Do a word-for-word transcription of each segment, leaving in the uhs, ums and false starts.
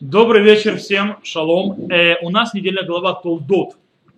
Добрый вечер всем, шалом. Э, у нас недельная глава Толдот.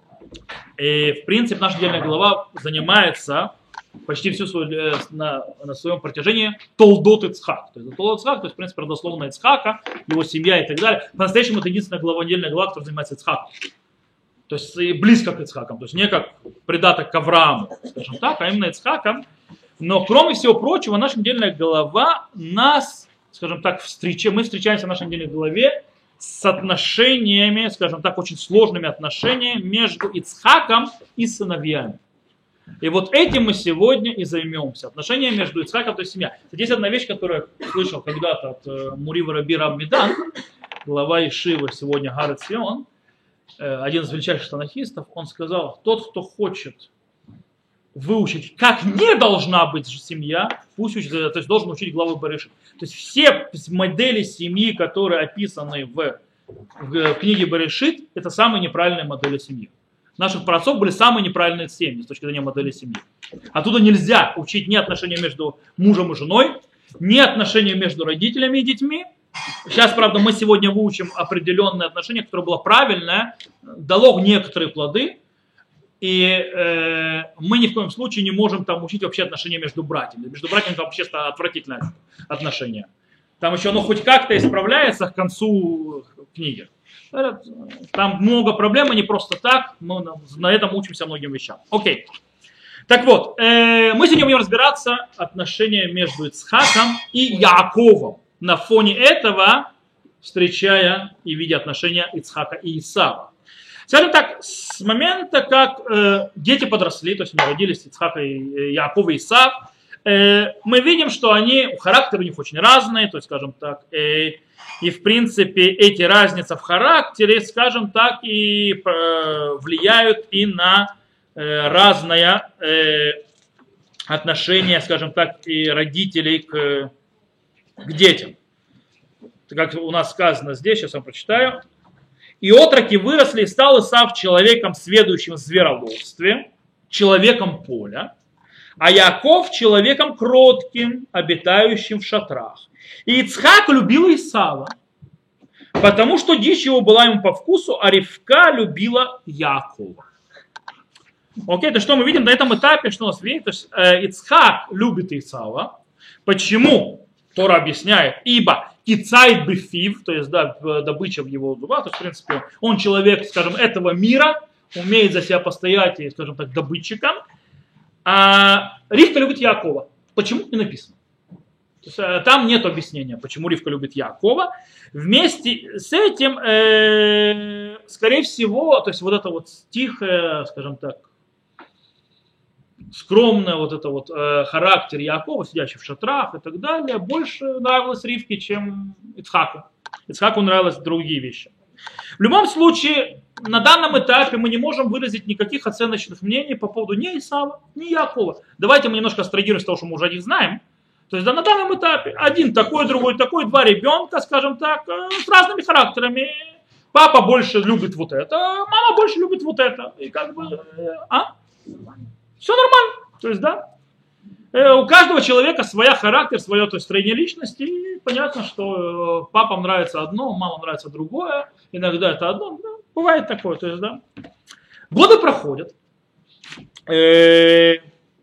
Э, в принципе, наша недельная глава занимается почти всю свою, э, на, на своем протяжении Толдот Ицхак. То есть Толдот Ицхак, то есть, в принципе, родословно Ицхака, его семья и так далее. По-настоящему это единственная глава, недельная глава, которая занимается Ицхаком. То есть и близко к Ицхакам, то есть не как придаток к Аврааму, скажем так, а именно Ицхаком. Но кроме всего прочего, наша недельная глава нас, скажем так, встречаем, мы встречаемся в нашей недельной главе с отношениями, скажем так, очень сложными отношениями между Ицхаком и сыновьями. И вот этим мы сегодня и займемся. Отношения между Ицхаком и семьей. Есть одна вещь, которую я слышал когда-то от э, Мурива Раби Рав Медан, глава Ишивы сегодня Гар Цион, э, один из величайших танахистов, он сказал: тот, кто хочет выучить, как не должна быть семья, пусть учит, то есть должен учить главу Берешит. То есть все модели семьи, которые описаны в, в книге Берешит, это самые неправильные модели семьи. Наших праотцов были самые неправильные семьи с точки зрения модели семьи. Оттуда нельзя учить ни отношения между мужем и женой, ни отношения между родителями и детьми. Сейчас, правда, мы сегодня выучим определенное отношение, которое было правильное, дало некоторые плоды. И э, мы ни в коем случае не можем там учить вообще отношения между братьями. Между братьями там вообще отвратительное отношение. Там еще оно хоть как-то исправляется к концу книги. Там много проблем, и не просто так. Мы на этом учимся многим вещам. Окей. Так вот, э, мы сегодня будем разбираться отношения между Ицхаком и Яаковом. На фоне этого встречая и видя отношения Ицхака и Исава. Скажем так, с момента, как э, дети подросли, то есть они родились, Ицхак и э, Яаков и Исав, э, мы видим, что они, характер у них очень разные, то есть, скажем так, э, и в принципе эти разницы в характере, скажем так, и э, влияют и на э, разное э, отношение, скажем так, и родителей к, к детям. Как у нас сказано здесь, сейчас я вам прочитаю. И отроки выросли, и стал Исав человеком, сведущим в звероловстве, человеком поля, а Яаков человеком кротким, обитающим в шатрах. И Ицхак любил Исава, потому что дичь его была ему по вкусу, а Ривка любила Яакова. Окей, то что мы видим на этом этапе, что у нас видит, то есть э, Ицхак любит Исава. Почему? Тора объясняет, ибо кицайт бифив, то есть да, добыча в его зубах, то есть в принципе он человек, скажем, этого мира, умеет за себя постоять и, скажем так, добытчиком. А Ривка любит Яакова. Почему? Не написано. То есть, там нет объяснения, почему Ривка любит Яакова. Вместе с этим, э, скорее всего, то есть вот это вот тихое, скажем так, скромный вот это вот э, характер Яакова, сидящий в шатрах и так далее, больше нравилось Ривке, чем Ицхаку. Ицхаку нравились другие вещи. В любом случае, на данном этапе мы не можем выразить никаких оценочных мнений по поводу ни Исава, ни Яакова. Давайте мы немножко абстрагируем с того, что мы уже о них знаем. То есть да, на данном этапе один такой, другой такой, два ребенка, скажем так, э, с разными характерами. Папа больше любит вот это, мама больше любит вот это. И как бы, э, а? Все нормально. То есть, да, э, у каждого человека своя характер, свое то есть, строение личности. И понятно, что э, папам нравится одно, мамам нравится другое. Иногда это одно. Да, бывает такое. То есть, да. Годы проходят. Э,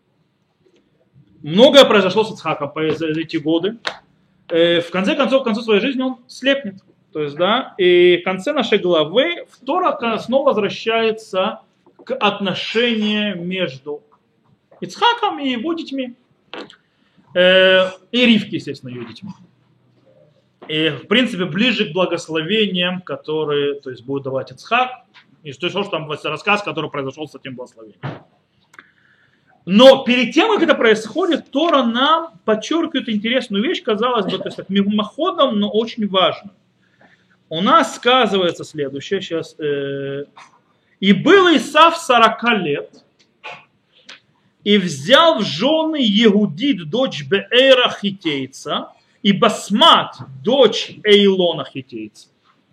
многое произошло с Ицхаком за эти годы. Э, в конце концов, к концу своей жизни он слепнет. То есть, да, и в конце нашей главы Тора снова возвращается к отношениям между Ицхаком и его детьми. Э, и Ривки, естественно, ее детьми. И, в принципе, ближе к благословениям, которые, то есть, будет давать Ицхак. И то, что там рассказ, который произошел с этим благословением. Но перед тем, как это происходит, Тора нам подчеркивает интересную вещь, казалось бы, то есть, мимоходом, но очень важно. У нас сказывается следующее. Сейчас... Э, И был Исав сорока лет, и взял в жены Егудит, дочь Беэра хитейца, и Басмат, дочь Эйлона хитейца.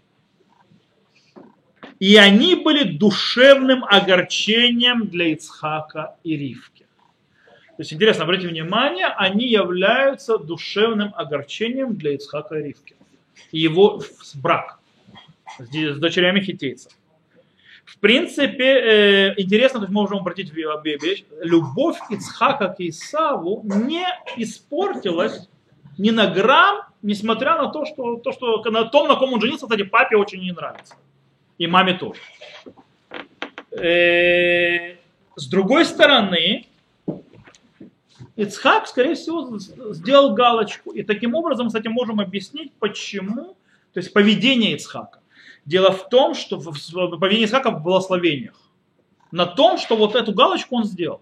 И они были душевным огорчением для Ицхака и Ривки. То есть, интересно, обратите внимание, они являются душевным огорчением для Ицхака и Ривки. и его брак с дочерями хиттейцев. В принципе, интересно, то есть мы можем обратить вещь, любовь Ицхака к Исаву не испортилась ни на грамм, несмотря на то, что, то, что на том, на ком он женился, кстати, папе очень не нравится. И маме тоже. С другой стороны, Ицхак, скорее всего, сделал галочку. И таким образом, кстати, можем объяснить, почему, то есть поведение Ицхака. Дело в том, что поведение Ицхака в благословениях. На том, что вот эту галочку он сделал.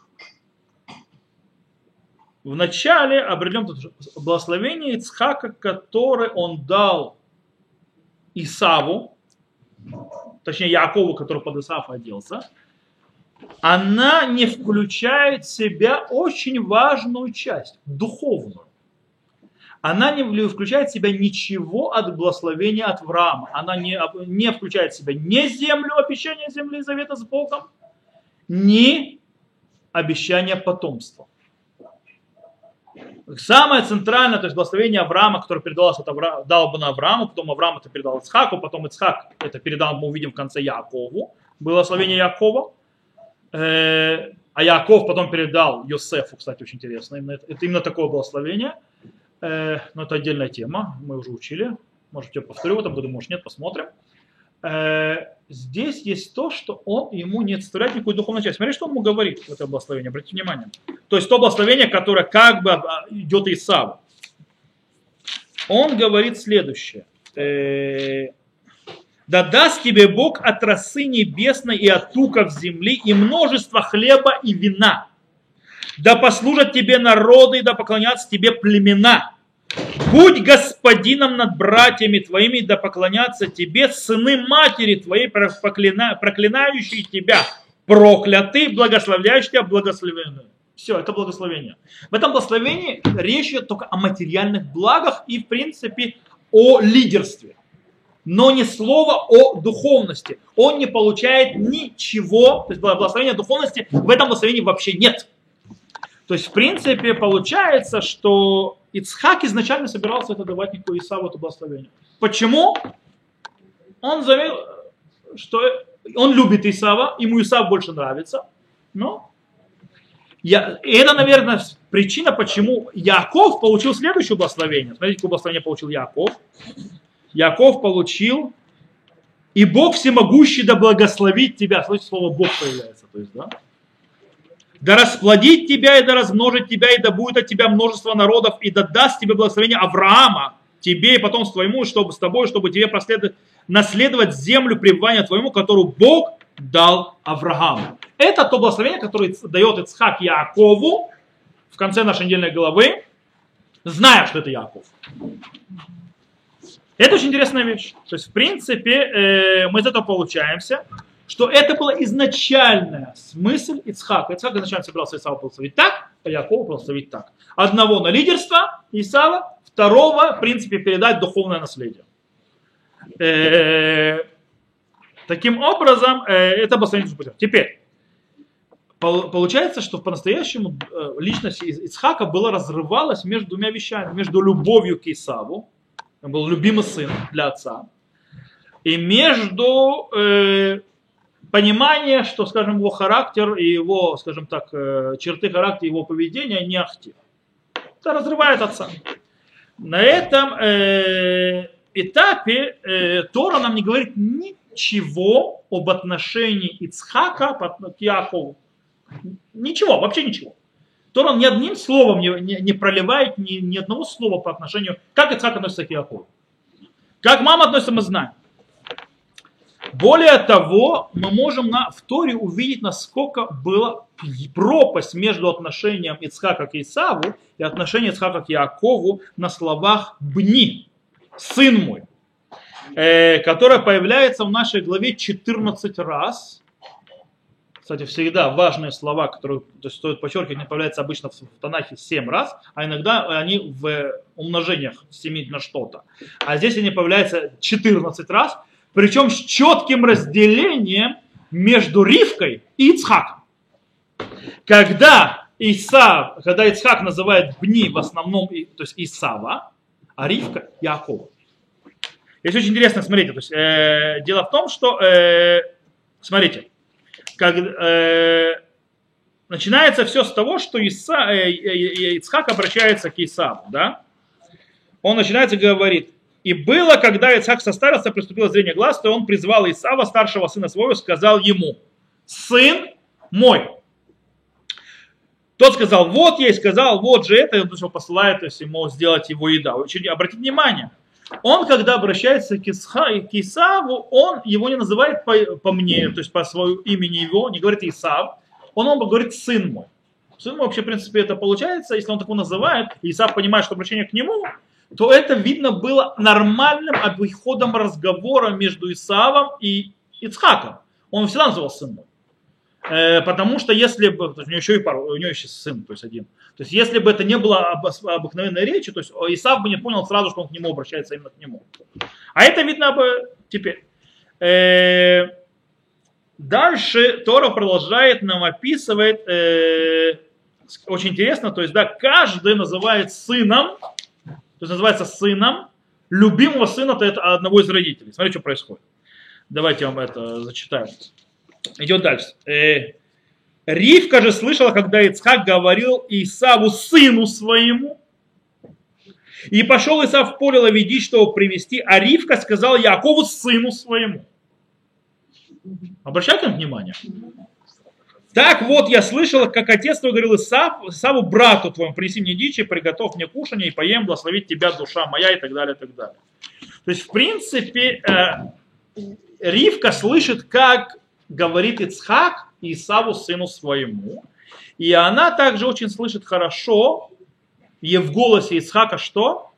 Вначале определим благословение Ицхака, которое он дал Исаву, точнее Яакову, который под Исава оделся, она не включает в себя очень важную часть, духовную. Она не включает в себя ничего от благословения от Авраама. Она не, не включает в себя ни землю, обещание земли завета с Богом, ни обещание потомства. Самое центральное, то есть благословение Авраама, которое передалось от Авраама, дал бы на Аврааму, потом Авраам это передал Ицхаку, потом Ицхак это передал, мы увидим в конце Яакову, благословение Яакова. А Яаков потом передал Йосефу, кстати, очень интересно. Это именно такое благословение. Но это отдельная тема, мы уже учили. Может, я повторю в этом году, может, нет, посмотрим. Здесь есть то, что он ему не отставляет никакой духовной части. Смотри, что он ему говорит в это благословение, обратите внимание. То есть то благословение, которое как бы идет Исаву. Он говорит следующее. Да даст тебе Бог от росы небесной и от туков земли и множество хлеба и вина. Да послужат тебе народы, да поклонятся тебе племена. Будь господином над братьями твоими, да поклонятся тебе сыны матери твоей, проклина, проклинающие тебя, прокляты, благословляющие тебя, благословенные. Все, это благословение. В этом благословении речь идет только о материальных благах и, в принципе, о лидерстве. Но ни слова о духовности. Он не получает ничего, то есть благословения духовности в этом благословении вообще нет. То есть, в принципе, получается, что Ицхак изначально собирался это давать никакой Исаву, это благословение. Почему? Он заявил, что он любит Исава, ему Исав больше нравится. Но я, и это, наверное, причина, почему Яаков получил следующее благословение. Смотрите, какое благословение получил Яаков. Яаков получил, и Бог всемогущий да благословит тебя. Слышите, слово Бог появляется. То есть, да? Да расплодит тебя и да размножит тебя, и да будет от тебя множество народов, и да даст тебе благословение Авраама, тебе и потомству твоему, чтобы с тобой, чтобы тебе проследовать, наследовать землю пребывания твоему, которую Бог дал Аврааму. Это то благословение, которое дает Ицхак Яакову в конце нашей недельной главы, зная, что это Яаков. Это очень интересная вещь. То есть, в принципе, мы из этого получаемся, что это была изначальная смысл Ицхака. Ицхак изначально собирался Исава благословить так, а Яакова благословить так. Одного на лидерство Исава, второго, в принципе, передать духовное наследие. Таким образом, это благословение путем. Теперь, получается, что по-настоящему личность Ицхака была разрывалась между двумя вещами. Между любовью к Исаву, он был любимый сын для отца, и между э, пониманием, что, скажем, его характер и его, скажем так, э, черты характера, его поведения не ахти. Это разрывает отца. На этом э, этапе э, Тора нам не говорит ничего об отношении Ицхака к Яакову. Ничего, вообще ничего. Тора ни одним словом не, не, не проливает ни, ни одного слова по отношению, как Ицхак относится к Яакову. Как мама относится, мы знаем. Более того, мы можем на, в Торе увидеть, насколько была пропасть между отношением Ицхака к Исаву и отношением Ицхака к Яакову на словах «бни», «сын мой», э, которая появляется в нашей главе четырнадцать раз. Кстати, всегда важные слова, которые то есть, стоит подчеркивать, не появляются обычно в Танахе семь раз, а иногда они в умножениях семи на что-то. А здесь они появляются четырнадцать раз, причем с четким разделением между Ривкой и Ицхаком. Когда, Исав, когда Ицхак называет Бни в основном, то есть Исава, а Ривка Яакова. Здесь очень интересно, смотрите, то есть, э, дело в том, что, э, смотрите, как, э, начинается все с того, что Иса, э, э, Ицхак обращается к Исаву, да? Он начинается и говорит, и было, когда Ицхак состарился, приступило зрение глаз, то он призвал Исава, старшего сына своего, сказал ему, сын мой. Тот сказал, вот я и сказал, вот же это, и он посылает, то есть ему сделать его еда. Очень, обратите внимание, он, когда обращается к, Исха, к Исаву, он его не называет по, по мне, то есть по своему имени его, не говорит Исав, он, он говорит сын мой. Сын мой вообще, в принципе, это получается, если он так его называет, и Исав понимает, что обращение к нему, то это, видно, было нормальным обиходом разговора между Исавом и Ицхаком. Он всегда называл сын мой. Э, потому что если бы, у него еще и пару, у него еще сын, то есть один. То есть если бы это не было об, обыкновенной речи, то есть Исав бы не понял сразу, что он к нему обращается именно к нему. А это видно бы теперь. Э, дальше Тора продолжает нам описывать, э, очень интересно, то есть да, каждый называет сыном, то есть называется сыном любимого сына это одного из родителей. Смотрите, что происходит. Давайте я вам это зачитаю. Идет дальше. Э, Ривка же слышала, когда Ицхак говорил Исаву сыну своему. И пошел Исав в поле ловить, чтобы привести, а Ривка сказал Якову сыну своему. Обращайте внимание. Так вот, я слышала, как отец твой говорил Исав, Исаву, брату твоему, принеси мне дичи, приготовь мне кушанье и поем, благословить тебя, душа моя, и так далее, и так далее. То есть, в принципе, э, Ривка слышит, как говорит Ицхак Исаву, сыну своему. И она также очень слышит хорошо, и в голосе Ицхака что?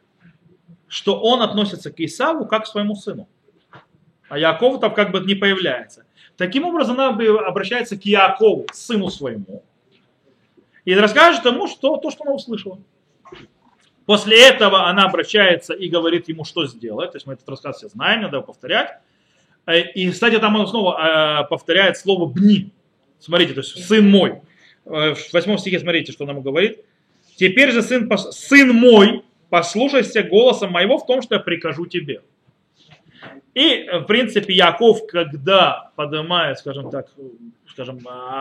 Что он относится к Исаву как к своему сыну. А Яаков там как бы не появляется. Таким образом, она обращается к Яакову, сыну своему, и расскажет ему что, то, что она услышала. После этого она обращается и говорит ему, что сделать. То есть мы этот рассказ все знаем, надо его повторять. И, кстати, там он снова повторяет слово «бни». Смотрите, то есть «сын мой». В восьмом стихе смотрите, что она ему говорит. «Теперь же, сын, сын мой, послушайся голоса моего в том, что я прикажу тебе». И, в принципе, Яков, когда поднимает, скажем так, скажем,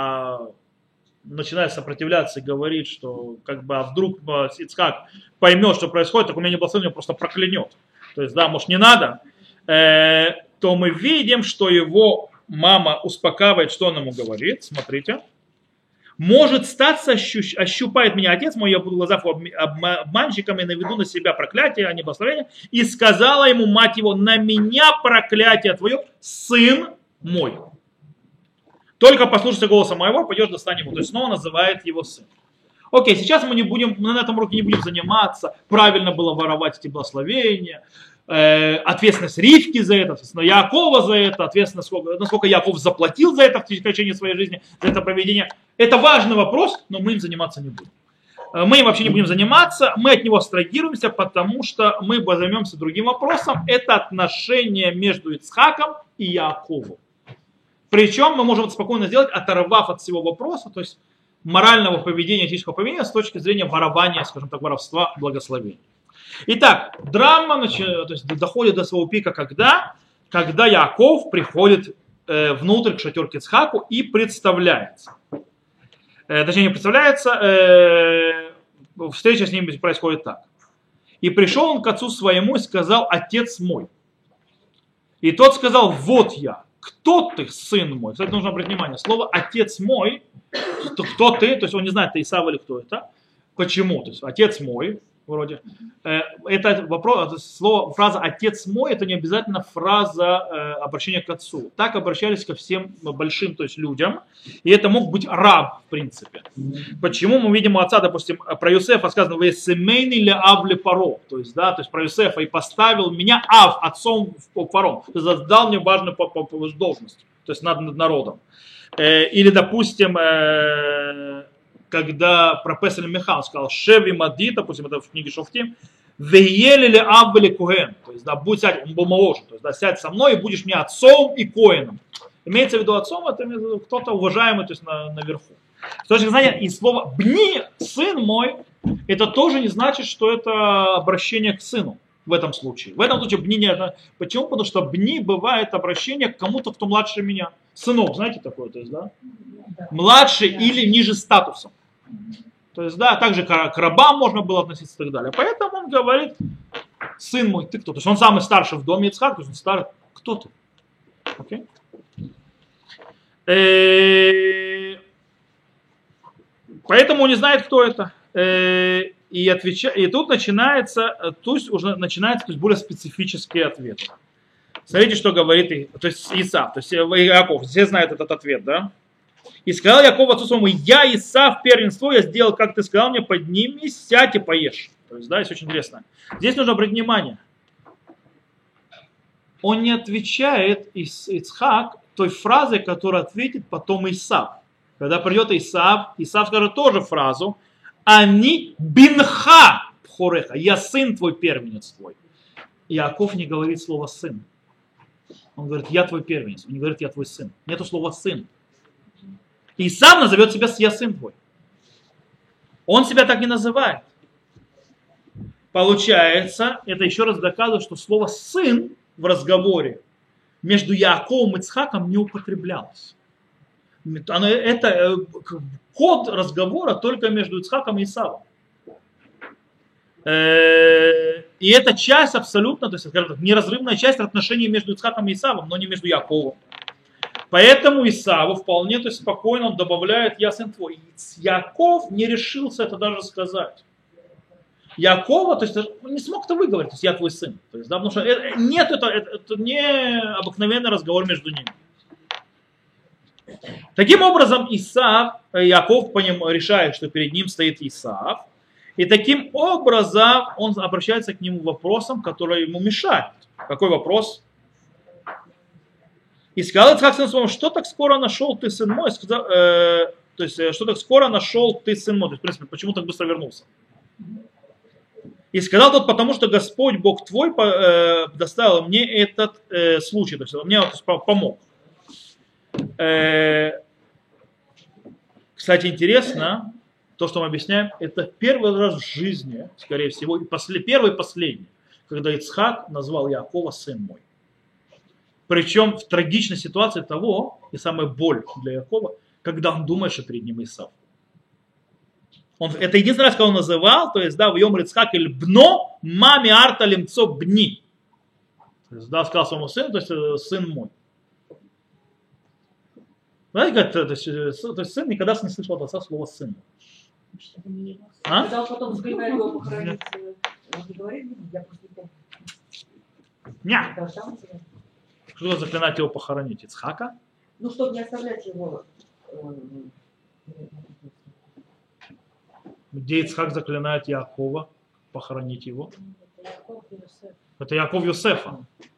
начинает сопротивляться и говорит, что как бы, а вдруг Ицхак поймет, что происходит, так у меня не благословен, его просто проклянет. То есть, да, может, не надо, э, то мы видим, что его мама успокаивает, что он ему говорит. Смотрите. Может статься, ощупает меня отец мой, я буду в глазах обманщиком и наведу на себя проклятие, а не благословение. И сказала ему мать его, на меня проклятие твое, сын мой. Только послушайся голоса моего, пойдешь достань его. То есть снова называет его сын. Окей, сейчас мы не будем, мы на этом уроке не будем заниматься, правильно было воровать эти благословения, э, ответственность Ривки за это, ответственность Яакова за это, ответственность, насколько, насколько Яаков заплатил за это в течение своей жизни, за это проведение. Это важный вопрос, но мы им заниматься не будем. Мы им вообще не будем заниматься, мы от него абстрагируемся, потому что мы займемся другим вопросом. Это отношения между Ицхаком и Яаковом. Причем мы можем это спокойно сделать, оторвав от всего вопроса, то есть морального поведения, этического поведения с точки зрения ворования, скажем так, воровства, благословения. Итак, драма то есть, доходит до своего пика, когда, когда Яаков приходит э, внутрь к шатерке Ицхаку и представляется. Э, точнее, не представляется, э, встреча с ним происходит так. И пришел он к отцу своему и сказал, отец мой. И тот сказал, вот я. Кто ты, сын мой? Кстати, нужно обратить внимание. Слово «отец мой», кто ты, то есть он не знает, ты Исав или кто это. Почему? То есть отец мой, вроде. Это вопрос, это слово, фраза «отец мой» это не обязательно фраза э, обращения к отцу. Так обращались ко всем большим, то есть людям. И это мог быть раб, в принципе. Почему мы видим у отца, допустим, про Юсефа сказано «весемейный ли ав ли паро», то есть, да, то есть про Юсефа и поставил меня ав, отцом в паро, то есть дал мне важную должность, то есть над, над народом. Э, или, допустим, э, когда про Песель Михан сказал «Шеви Мади», допустим, это в книге Шофтим, «Веели ли ав ли коэн», то есть, да, будь сядь, он был моложе, то есть, да, сядь со мной и будешь мне отцом и коэном. Имеется в виду отцом, это кто-то уважаемый, то есть, на, наверху. С точки зрения, и слово «бни», «сын мой», это тоже не значит, что это обращение к сыну. в этом случае. В этом случае бни не... Почему? Потому что бни бывает обращение к кому-то, кто младше меня. Сынок, знаете такое, то есть, да? Младше или ниже статусом. То есть, да, также к рабам можно было относиться и так далее. Поэтому он говорит, сын мой, ты кто? То есть он самый старший в доме Ицхак, то есть он старый. Кто ты? Okay? Поэтому он не знает, кто это. И, отвеча... и тут начинается, то есть уже начинается то есть более специфические ответы. Смотрите, что говорит то есть Исав, то есть Яков, все знают этот ответ, да? И сказал Яков отцу своему, я Исав, первенство, я сделал, как ты сказал мне, поднимись, сядь и поешь. То есть, да, это очень интересно. Здесь нужно обратить внимание. Он не отвечает Ицхак той фразой, которую ответит потом Исав. Когда придет Исав, Исав скажет тоже фразу, они бинха пхореха, я сын твой, первенец твой. Иаков не говорит слово сын. Он говорит, я твой первенец. Он не говорит, я твой сын. Нету слова сын. И сам назовет себя я сын твой. Он себя так не называет. Получается, это еще раз доказывает, что слово сын в разговоре между Яаковом и Ицхаком не употреблялось. Это код разговора только между Ицхаком и Исавом. И это часть абсолютно, то есть, скажем так, неразрывная часть отношений между Ицхаком и Исавом, но не между Яаковом. Поэтому Исаву вполне то есть, спокойно он добавляет «я сын твой». Яаков не решился это даже сказать. Якова, то есть он не смог это выговорить, то есть я твой сын. То есть, да, потому что это, нет, это, это, это не обыкновенный разговор между ними. Таким образом, Исав, Яков по нему решает, что перед ним стоит Исав, и таким образом он обращается к нему вопросом, который ему мешает. Какой вопрос? И сказал Ицхак сыну своему, что так скоро нашел ты, сын мой? Сказал, э, то есть, что так скоро нашел ты, сын мой? То есть, в принципе, почему так быстро вернулся? И сказал тот, потому что Господь, Бог твой, э, доставил мне этот э, случай, то есть он мне то есть, помог. Э, кстати, интересно, то, что мы объясняем, это первый раз в жизни, скорее всего, и после, первый и последний, когда Ицхак назвал Яакова сын мой. Причем в трагичной ситуации того, и самая боль для Яакова, когда он думает, что перед ним Исав. Он, это единственный раз, когда он называл, то есть, да, в Йом Ицхак или бно, маме арта лимцо бни. То есть, да, сказал своему сыну, то есть, сын мой. Знаете, как, то, есть, то есть, сын никогда не слышал от отца слова сын. А? Когда он потом заклинает его похоронить, он не говорит, я просто не помню. Ня. Что заклинать его похоронить? Ицхака? Ну, чтобы не оставлять его. Где Ицхак заклинает Яакова похоронить его? Это Яаков Йосефа.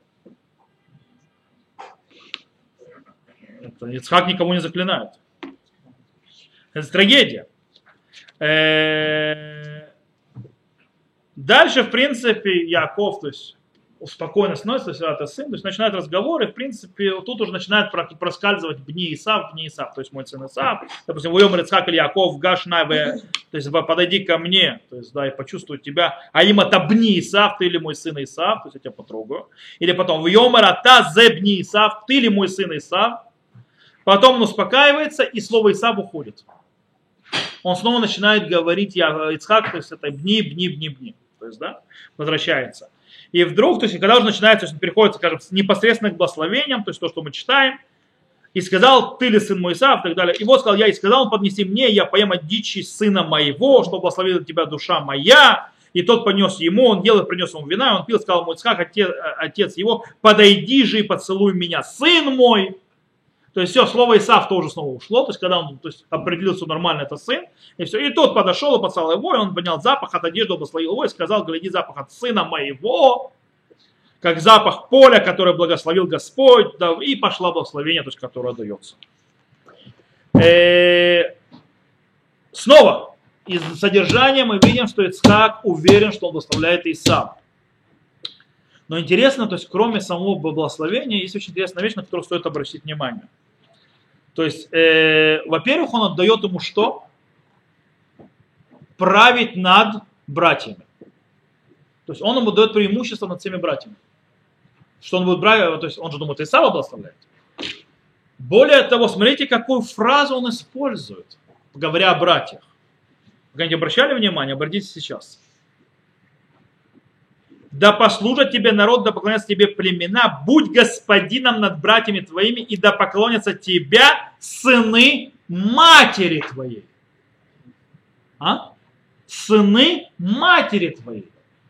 Это Ицхак никому не заклинает. Это трагедия. Дальше, в принципе, Яаков, то есть, спокойно становится, то есть, это сын, то есть, начинает разговор, и, в принципе, тут уже начинает проскальзывать бни Исав, бни Исав, то есть, мой сын Исав, допустим, Войомер Ицхак или Яаков, Гаш Наве, то есть, подойди ко мне, то есть, да, и почувствую тебя, а им это бни Исав, ты или мой сын Исав, то есть, я тебя потрогаю, или потом, Войомер Ата зе бни Исав, ты или мой сын Исав, потом он успокаивается, и слово Исав уходит. Он снова начинает говорить я, Ицхак, то есть, это бни, бни, бни, бни, то есть, да, возвращается. И вдруг, то есть, когда уже начинается, то есть, он переходит, скажем, непосредственно к благословениям, то есть то, что мы читаем, и сказал, ты ли сын мой Исав, и так далее. И вот сказал я, и сказал, поднеси мне, я поем от дичи сына моего, что благословила тебя душа моя. И тот понес ему, он ел и принес ему вина, он пил, сказал ему Ицхак, отец, отец его, подойди же и поцелуй меня, сын мой. То есть все, слово Исав тоже снова ушло, то есть когда он то есть, определился, нормально это сын, и все. И тот подошел и поцеловал его, и он поднял запах от одежды, благословил его, и сказал, гляди, запах от сына моего, как запах поля, который благословил Господь, да, и пошла благословение, то есть, которое дается. Э-э- снова, из содержания мы видим, что Ицхак уверен, что он благословляет Исава. Но интересно, то есть, кроме самого благословения, есть очень интересная вещь, на которую стоит обратить внимание. То есть, э, во-первых, он отдает ему что? Править над братьями. То есть он ему дает преимущество над всеми братьями. Что он будет брать, то есть он же думает, Исава благословляет. Более того, смотрите, какую фразу он использует, говоря о братьях. Вы не обращали внимание, обратите сейчас. Да послужат тебе народ, да поклонятся тебе племена, будь господином над братьями твоими, и да поклонятся тебя сыны матери твоей. А? Сыны матери твоей.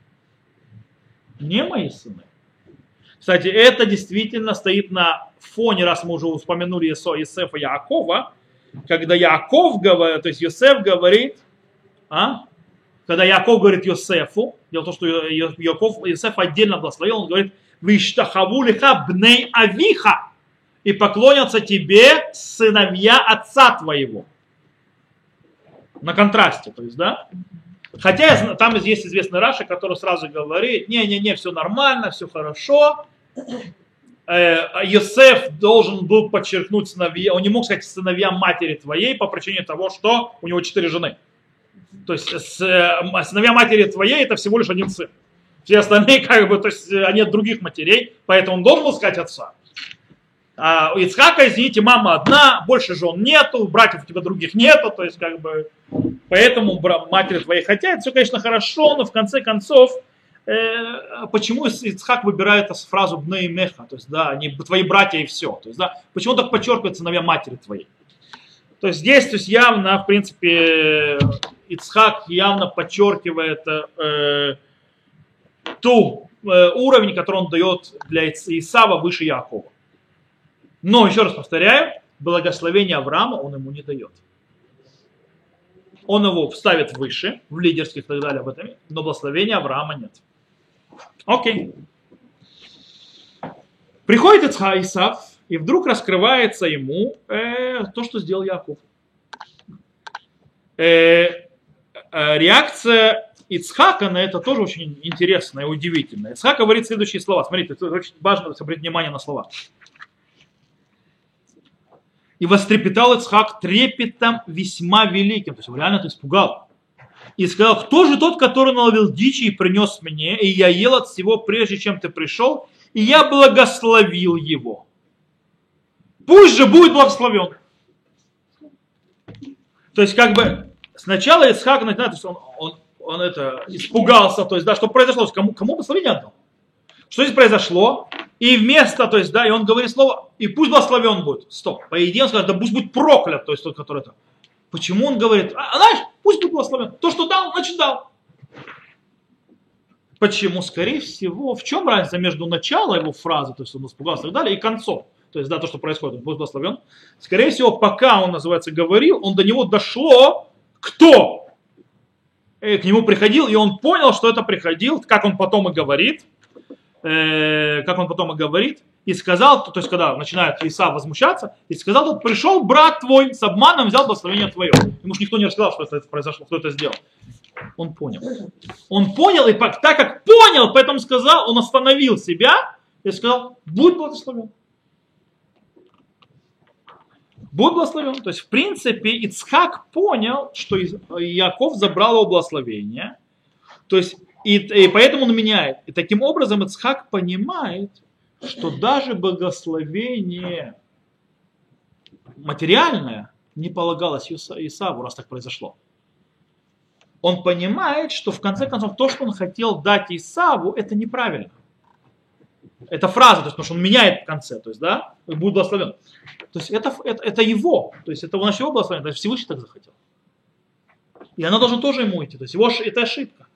Не мои сыны. Кстати, это действительно стоит на фоне, раз мы уже упомянули Иосифа и Яакова, когда Яаков говорит, то есть Йосеф говорит, а? Когда Яаков говорит Йосефу, дело в том, что Яаков, Йосеф отдельно благословил, он говорит, «Виштахаву лиха бней авиха» и поклонятся тебе сыновья отца твоего. На контрасте, то есть, да? Хотя там есть известный Раши, который сразу говорит, не-не-не, все нормально, все хорошо. Йосеф должен был подчеркнуть сыновья, он не мог сказать сыновья матери твоей по причине того, что у него четыре жены. То есть сыновья матери твоей это всего лишь один сын. Все остальные как бы, то есть они от других матерей, поэтому он должен был сказать отца. А у Ицхака, извините, мама одна, больше жен нету, братьев у тебя других нету, то есть как бы, поэтому матери твоей, хотя это все, конечно, хорошо, но в конце концов, э, почему Ицхак выбирает фразу «бней меха», то есть, да, они твои братья и все, то есть, да, почему так подчеркивается сыновья матери твоей? То есть здесь, то есть явно, в принципе, Ицхак явно подчеркивает э, ту э, уровень, который он дает для Исава выше Яакова. Но, еще раз повторяю, благословение Авраама он ему не дает. Он его ставит выше, в лидерских и так далее, об этом, но благословения Авраама нет. Окей. Приходит Исав, и вдруг раскрывается ему э, то, что сделал Яаков. Э, э, реакция Ицхака на это тоже очень интересная и удивительная. Ицхак говорит следующие слова. Смотрите, это очень важно обратить внимание на слова. И вострепетал Ицхак трепетом весьма великим. То есть он реально это испугал. И сказал, кто же тот, который наловил дичи и принес мне, и я ел от всего, прежде чем ты пришел, и я благословил его. Пусть же будет благословен. То есть как бы сначала Ицхак, знаете, он, он, он это испугался, то есть да, что произошло, кому, кому благословение отдал? Что здесь произошло? И вместо, то есть, да, и он говорит слово, и пусть благословен будет. Стоп. По идее он сказал, да пусть будет проклят, то есть тот, который это. Почему он говорит, а, знаешь, пусть будет благословен. То, что дал, значит дал. Почему? Скорее всего, в чем разница между началом его фразы, то есть он испугался и так далее, и концом. То есть, да, то, что происходит, он будет благословен. Скорее всего, пока он, называется, говорил, он до него дошло, кто к нему приходил, и он понял, что это приходил, как он потом и говорит, э, как он потом и говорит, и сказал, то есть, когда начинает Исав возмущаться, и сказал, вот пришел брат твой с обманом, взял благословение твое. Ему же никто не рассказал, что это произошло, кто это сделал. Он понял. Он понял, и так как понял, поэтому сказал, он остановил себя и сказал, будь благословен. Будь благословен. То есть, в принципе, Ицхак понял, что Иаков забрал его благословение. То есть, и, и поэтому он меняет. И таким образом Ицхак понимает, что даже благословение материальное не полагалось Исаву, раз так произошло. Он понимает, что в конце концов то, что он хотел дать Исаву, это неправильно. Это фраза, то есть, потому что он меняет в конце, то есть, да, будет благословен. То есть это, это, это его, то есть это значит его благословение, то есть Всевышний так захотел. И оно должно тоже ему идти, то есть его, это ошибка.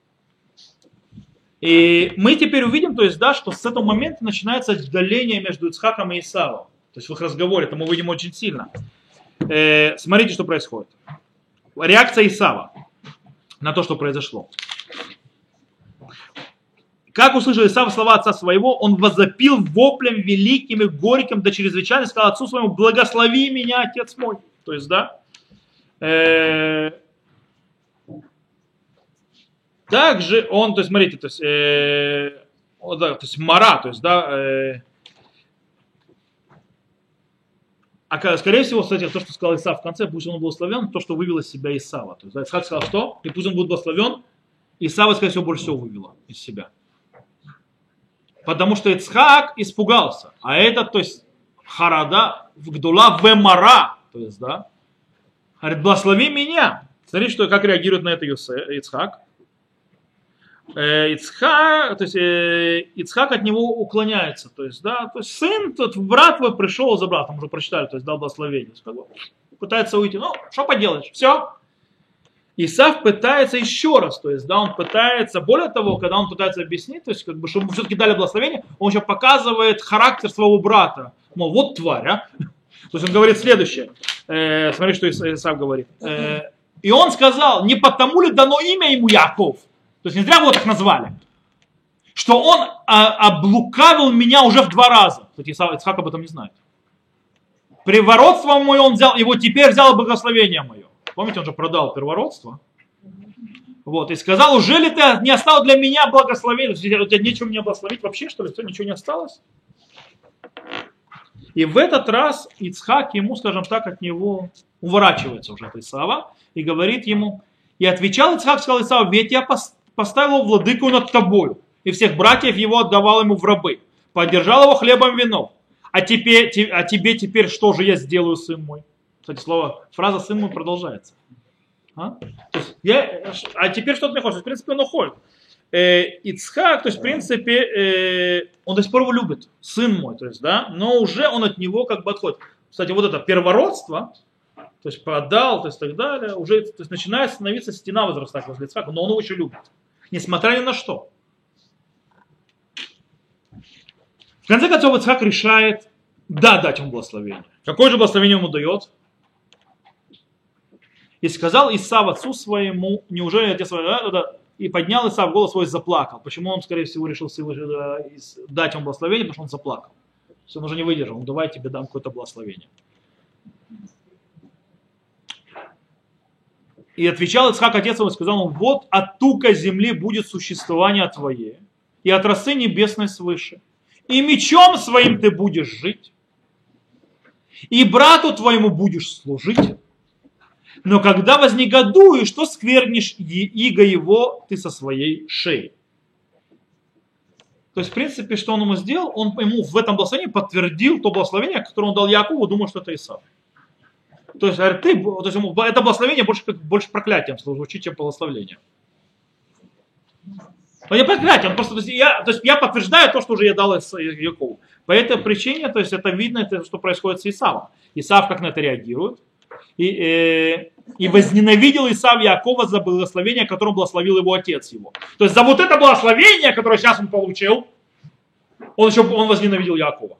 И мы теперь увидим, то есть, да, что с этого момента начинается отдаление между Ицхаком и Исавом. То есть в их разговоре, это мы увидим очень сильно. Э, смотрите, что происходит. Реакция Исава на то, что произошло. Как услышал Исав слова отца своего, он возопил воплем великим и горьким до чрезвычайно, сказал отцу своему, благослови меня, отец мой. То есть, да. Э, также он, то есть, смотрите, то есть, э, о, да, то есть мара, то есть, да. Э, а скорее всего, кстати, то, что сказал Исав в конце, пусть он благословен, то, что вывел из себя Исава. То есть, да, Исхак сказал, что? И пусть он будет благословен. Исава, скорее всего, больше всего вывело из себя. Потому что Ицхак испугался. А этот, то есть, харада, вгдула вемара, то есть, да, говорит, благослови меня. Смотрите, что, как реагирует на это Ицхак. Ицхак, то есть, Ицхак от него уклоняется. То есть, да, то есть, сын, тот, брат твой пришел за братом, уже прочитали, то есть, дал благословение. Пытается уйти. Ну, что поделаешь, все. Исав пытается еще раз, то есть, да, он пытается, более того, когда он пытается объяснить, то есть, как бы, чтобы ему все-таки дали благословение, он еще показывает характер своего брата. Мол, вот тварь, а. То есть он говорит следующее. Э, смотри, что Исав говорит. Э, и он сказал, не потому ли дано имя ему Яков, то есть не зря его так назвали, что он а, облукавил меня уже в два раза. Кстати, Исав, Ицхак об этом не знает. Приворотство мое он взял, его теперь взял благословение мое. Помните, он же продал первородство. Вот, и сказал, уже ли ты не оставил для меня благословения? У тебя нечего мне благословить вообще, что ли? Все, ничего не осталось? И в этот раз Ицхак ему, скажем так, от него уворачивается уже от Исава и говорит ему, и отвечал Ицхак, сказал Исав, ведь я поставил его владыку над тобою, и всех братьев его отдавал ему в рабы, поддержал его хлебом и вином. А, теперь, а тебе теперь что же я сделаю, сын мой? Кстати, слово, фраза «сын мой» продолжается. А, то есть я, а теперь что ты мне хочешь? В принципе, он уходит. Э, Ицхак, то есть, в принципе, э, он до сих пор его любит. Сын мой, то есть, да, но уже он от него как бы отходит. Кстати, вот это первородство, то есть, продал, то есть, так далее, уже то есть, начинает становиться стена возрастать возле Ицхака, но он его еще любит. Несмотря ни на что. В конце концов, Ицхак решает, да, дать ему благословение. Какое же благословение ему дает? И сказал Исав отцу своему, неужели отец свой, и поднял Исав голос свой и заплакал. Почему он, скорее всего, решил дать ему благословение? Потому что он заплакал. То есть он уже не выдержал, ну давай я тебе дам какое-то благословение. И отвечал Ицхак отец его и сказал ему, вот от тука земли будет существование твое, и от росы небесной свыше. И мечом своим ты будешь жить, и брату твоему будешь служить. Но когда вознегодуешь, то сквернешь иго его ты со своей шеи. То есть, в принципе, что он ему сделал? Он ему в этом благословении подтвердил то благословение, которое он дал Якову, думая, что это Исав. То есть, ты, то есть ему, это благословение больше, больше проклятием звучит, чем благословением. Но не проклятием, просто, то есть, я, то есть я подтверждаю то, что уже я дал Якову. По этой причине, то есть это видно, это, что происходит с Исавом. Исав как на это реагирует. И, э, и возненавидел Исав Якова за благословение, которым благословил его отец его. То есть за вот это благословение, которое сейчас он получил, он еще он возненавидел Якова.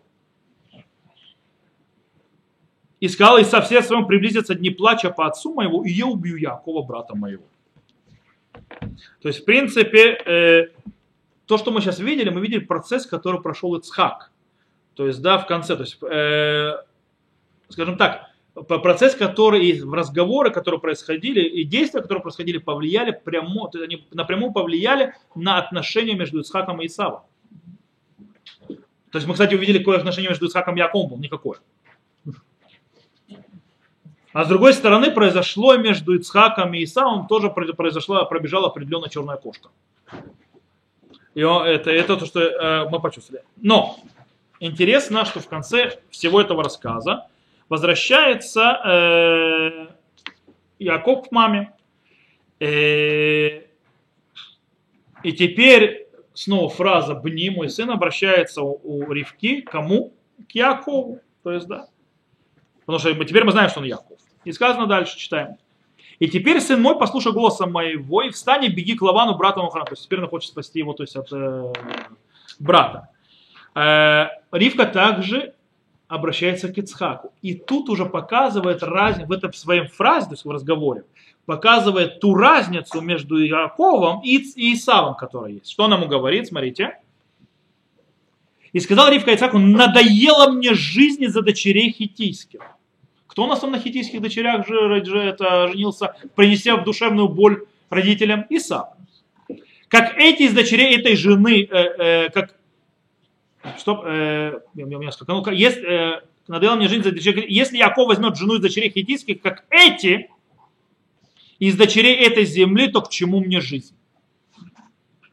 И сказал Исав в сердце своем, приблизится дни плача по отцу моего, и я убью Якова, брата моего. То есть, в принципе, э, то, что мы сейчас видели, мы видели процесс, который прошел Ицхак. То есть, да, в конце, то есть, э, скажем так, процесс, который и разговоры, которые происходили, и действия, которые происходили, повлияли прямо, они напрямую повлияли на отношения между Ицхаком и Исавом. То есть мы, кстати, увидели, какое отношение между Ицхаком и Яковом было, никакое. А с другой стороны, произошло между Ицхаком и Исавом, тоже произошла, пробежала определенная черная кошка. И это, это то, что э, мы почувствовали. Но интересно, что в конце всего этого рассказа возвращается э, Яков к маме. Э, и теперь снова фраза «Бни, мой сын» обращается у, у Ривки к кому? К Якову. То есть, да. Потому что мы, теперь мы знаем, что он Яков. И сказано дальше, читаем. «И теперь, сын мой, послушай голоса моего, и встань и беги к Лавану, брату Махану». То есть теперь он хочет спасти его, то есть от э, брата. Э, Ривка также обращается к Ицхаку. И тут уже показывает разницу, в этом своем фразе, то есть в разговоре, показывает ту разницу между Яковом и Исавом, которая есть. Что он ему говорит, смотрите. «И сказал Ривка Ицхаку, надоело мне жизнь из-за дочерей хиттийских». Кто у нас там на хиттийских дочерях же, же это, женился, принеся в душевную боль родителям? Исав. Как эти из дочерей этой жены, э, э, как Что, э, ну, если, э, надоело мне жизнь за дочерей. Если Яков возьмет жену из дочерей хиттийских, как эти, из дочерей этой земли, то к чему мне жизнь?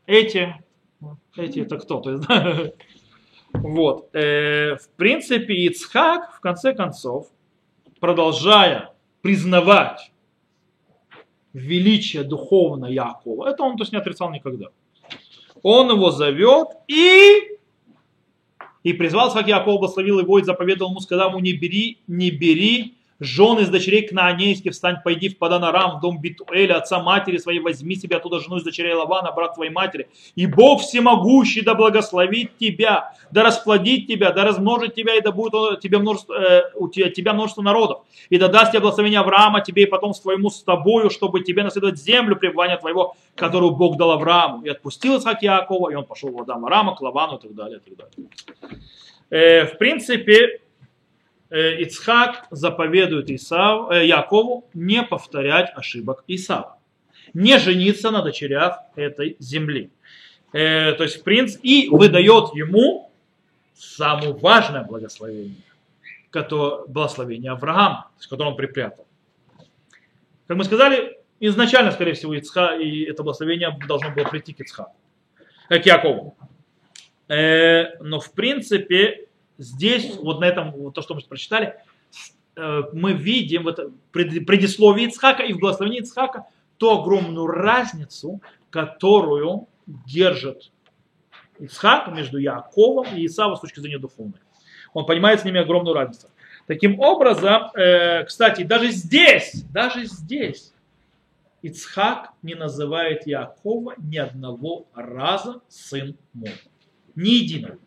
эти, эти это кто? То есть, да? Вот. Э, в принципе, Ицхак, в конце концов, продолжая признавать величие духовно Якова, это он то есть, не отрицал никогда. Он его зовет и, и призвал Ицхак Якова, благословил его и заповедовал ему, сказал ему, не бери, не бери жен из дочерей кнаанейских, встань, пойди в Падан Арам, в дом Битуэля, отца матери своей, возьми себе оттуда жену из дочерей Лавана, брат твоей матери, и Бог всемогущий да благословит тебя, да расплодит тебя, да размножит тебя, и да будет тебе множество, э, у тебя, тебя множество народов, и да даст тебе благословение Авраама, тебе и потомству твоему с тобою, чтобы тебе наследовать землю пребывания твоего, которую Бог дал Аврааму. И отпустил Ицхак Якова, и он пошел в Адам Арама, к Лавану и так далее. И так далее. Э, в принципе, Ицхак заповедует Исав, э, Якову не повторять ошибок Исава, не жениться на дочерях этой земли. Э, то есть принц и выдает ему самое важное благословение, которое, благословение Авраама, которое он припрятал. Как мы сказали, изначально, скорее всего, Ицха, и это благословение должно было прийти к Ицхаку, э, к Якову. Э, но в принципе здесь, вот на этом, вот то, что мы прочитали, мы видим в это предисловии Ицхака и в благословении Ицхака ту огромную разницу, которую держит Ицхак между Яковом и Исавом с точки зрения духовной. Он понимает с ними огромную разницу. Таким образом, кстати, даже здесь, даже здесь Ицхак не называет Якова ни одного раза сын мой. Ни единого.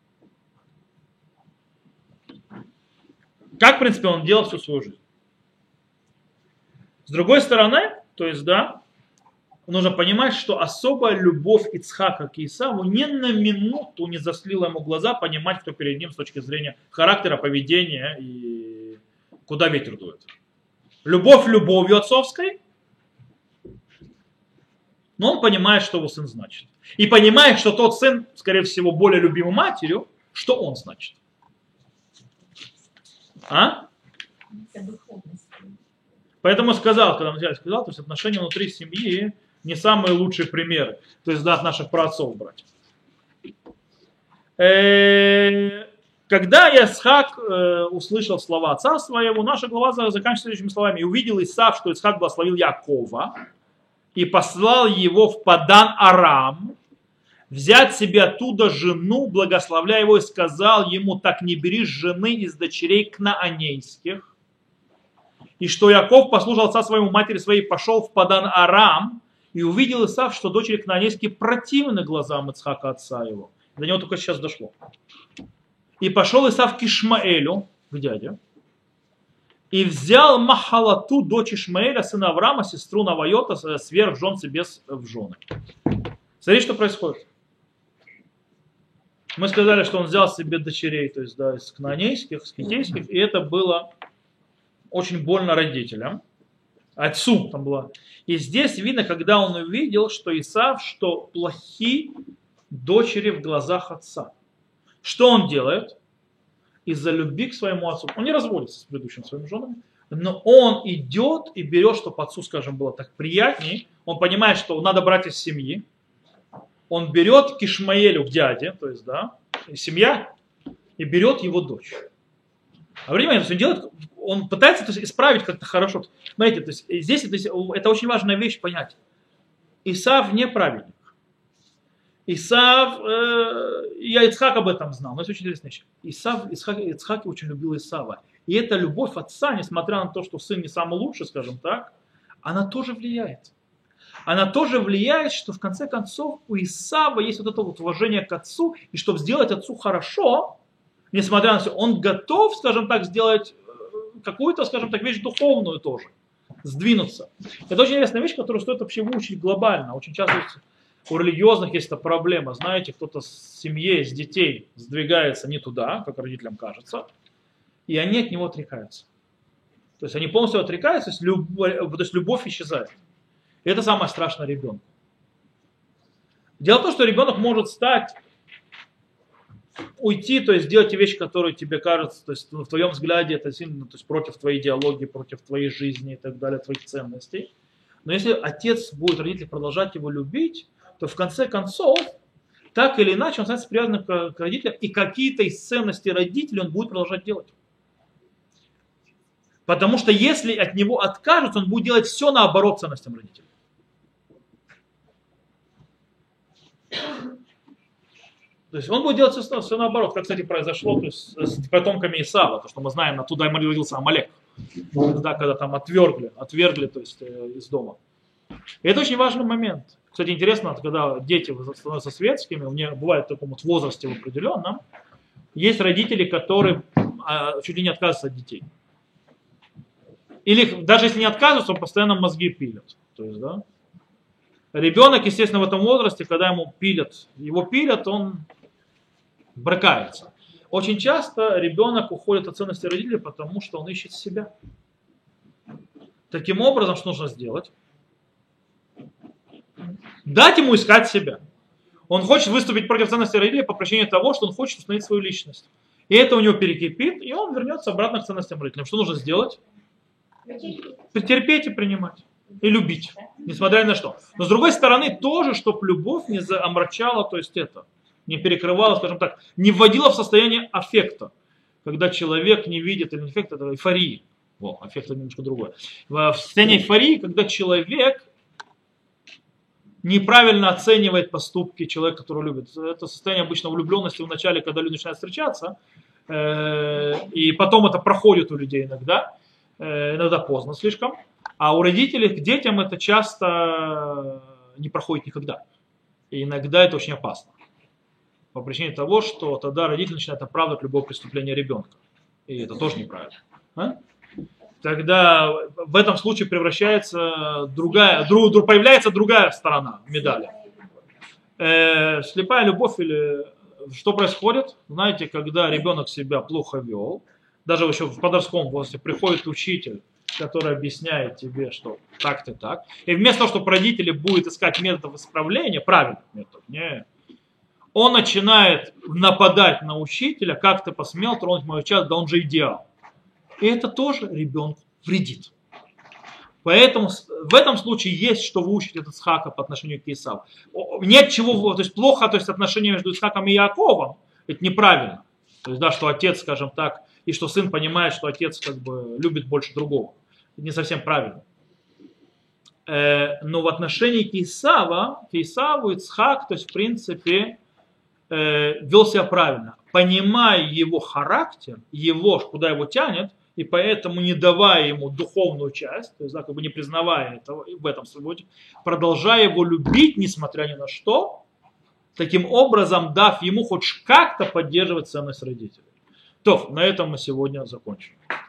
Как, в принципе, он делал всю свою жизнь. С другой стороны, то есть, да, нужно понимать, что особая любовь Ицхака к Исаву ни на минуту не заслила ему глаза понимать, кто перед ним с точки зрения характера, поведения и куда ветер дует. Любовь любовью отцовской, но он понимает, что его сын значит. И понимает, что тот сын, скорее всего, более любимый матерью, что он значит. А? Поэтому сказал, когда вначале сказал, то есть отношения внутри семьи не самые лучшие примеры. То есть да, от наших праотцов брать. Когда Исхак услышал слова отца своего, наша глава заканчивается следующими словами. И увидел Исав, что Исхак благословил Якова и послал его в Падан Арам, взять себе оттуда жену, благословляя его, и сказал ему, так не бери жены из дочерей кнаанейских. И что Яков послушал отца своему, матери своей, пошел в Падан Арам, и увидел Исав, что дочери кнаанейские противны глазам Ицхака отца его. До него только сейчас дошло. И пошел Исав к Ишмаэлю, к дяде, и взял Махалату, дочь Ишмаэля, сына Авраама, сестру Навайота, сверх жен себе в жены. Смотрите, что происходит. Мы сказали, что он взял себе дочерей, то есть да, из кнаанейских, из хиттейских, и это было очень больно родителям, отцу там было. И здесь видно, когда он увидел, что Исав, что плохи дочери в глазах отца. Что он делает? Из-за любви к своему отцу. Он не разводится с предыдущими своими женами, но он идет и берет, чтобы отцу, скажем, было так приятнее. Он понимает, что надо брать из семьи. Он берет к Ишмаэлю, к дяде, то есть, да, семья, и берет его дочь. А время, он делает, он пытается то есть, исправить как-то хорошо. Смотрите, то есть, здесь то есть, это очень важная вещь понять. Исав не праведник. Исав, э, я Ицхак об этом знал, но это очень интересная вещь. Исав, Ицхак, Ицхак очень любил Исава. И эта любовь отца, несмотря на то, что сын не самый лучший, скажем так, она тоже влияет. Она тоже влияет, что в конце концов у Исава есть вот это вот уважение к отцу, и чтобы сделать отцу хорошо, несмотря на все, он готов, скажем так, сделать какую-то, скажем так, вещь духовную тоже, сдвинуться. Это очень интересная вещь, которую стоит вообще выучить глобально. Очень часто у религиозных есть эта проблема. Знаете, кто-то с семьей, с детей сдвигается не туда, как родителям кажется, и они от него отрекаются. То есть они полностью отрекаются, то есть любовь, то есть любовь исчезает. И это самое страшное ребенку. Дело в том, что ребенок может стать, уйти, то есть сделать те вещи, которые тебе кажутся, то есть в твоем взгляде это сильно, то есть против твоей идеологии, против твоей жизни и так далее, твоих ценностей. Но если отец будет, родители продолжать его любить, то в конце концов, так или иначе, он становится привязанным к родителям, и какие-то из ценностей родителей он будет продолжать делать. Потому что если от него откажутся, он будет делать все наоборот ценностям родителей. То есть он будет делать все, все наоборот, как, кстати, произошло то есть, с потомками Исава, то, что мы знаем, оттуда и родился Амалек, да, когда там отвергли, отвергли то есть, из дома. И это очень важный момент. Кстати, интересно, когда дети становятся светскими, у них бывает в таком вот возрасте в определенном, есть родители, которые а, чуть ли не отказываются от детей. Или даже если не отказываются, он постоянно мозги пилят. То есть, да, ребенок, естественно, в этом возрасте, когда ему пилят, его пилят, он брыкается. Очень часто ребенок уходит от ценности родителей, потому что он ищет себя. Таким образом, что нужно сделать? Дать ему искать себя. Он хочет выступить против ценности родителей по причине того, что он хочет установить свою личность. И это у него перекипит, и он вернется обратно к ценностям родителей. Что нужно сделать? Терпеть и принимать. И любить. Несмотря ни на что. Но с другой стороны, тоже, чтобы любовь не омрачала, то есть это, не перекрывала, скажем так, не вводила в состояние аффекта. Когда человек не видит, или не аффект, это эйфории. О, аффект это немножко другое. В состоянии эйфории, когда человек неправильно оценивает поступки человека, которого любит. Это состояние обычно влюбленности в начале, когда люди начинают встречаться, и потом это проходит у людей иногда, иногда поздно слишком, а у родителей к детям это часто не проходит никогда. И иногда это очень опасно. По причине того, что тогда родители начинают оправдывать любое преступление ребенка. И это тоже неправильно. А? Тогда в этом случае превращается другая, друг, друг, появляется другая сторона медали. Э, слепая любовь или что происходит? Знаете, когда ребенок себя плохо вел, даже еще в подростковом возрасте приходит учитель, который объясняет тебе, что так-то так, и вместо того, чтобы родители будут искать методов исправления, правильных методов, не, он начинает нападать на учителя, как ты посмел тронуть мою часть, да он же идеал. И это тоже ребенку вредит. Поэтому в этом случае есть, что выучить от Ицхака по отношению к Исаву. Нет чего, то есть плохо, то есть отношения между Ицхаком и Яаковом, это неправильно. То есть, да, что отец, скажем так, и что сын понимает, что отец как бы любит больше другого. Это не совсем правильно. Но в отношении к Исаву, к Исаву Ицхак, то есть в принципе, вел себя правильно. Понимая его характер, его, куда его тянет, и поэтому не давая ему духовную часть, то есть да, как бы не признавая этого в этом свободе, продолжая его любить, несмотря ни на что, таким образом дав ему хоть как-то поддерживать ценность родителей. То, на этом мы сегодня закончим.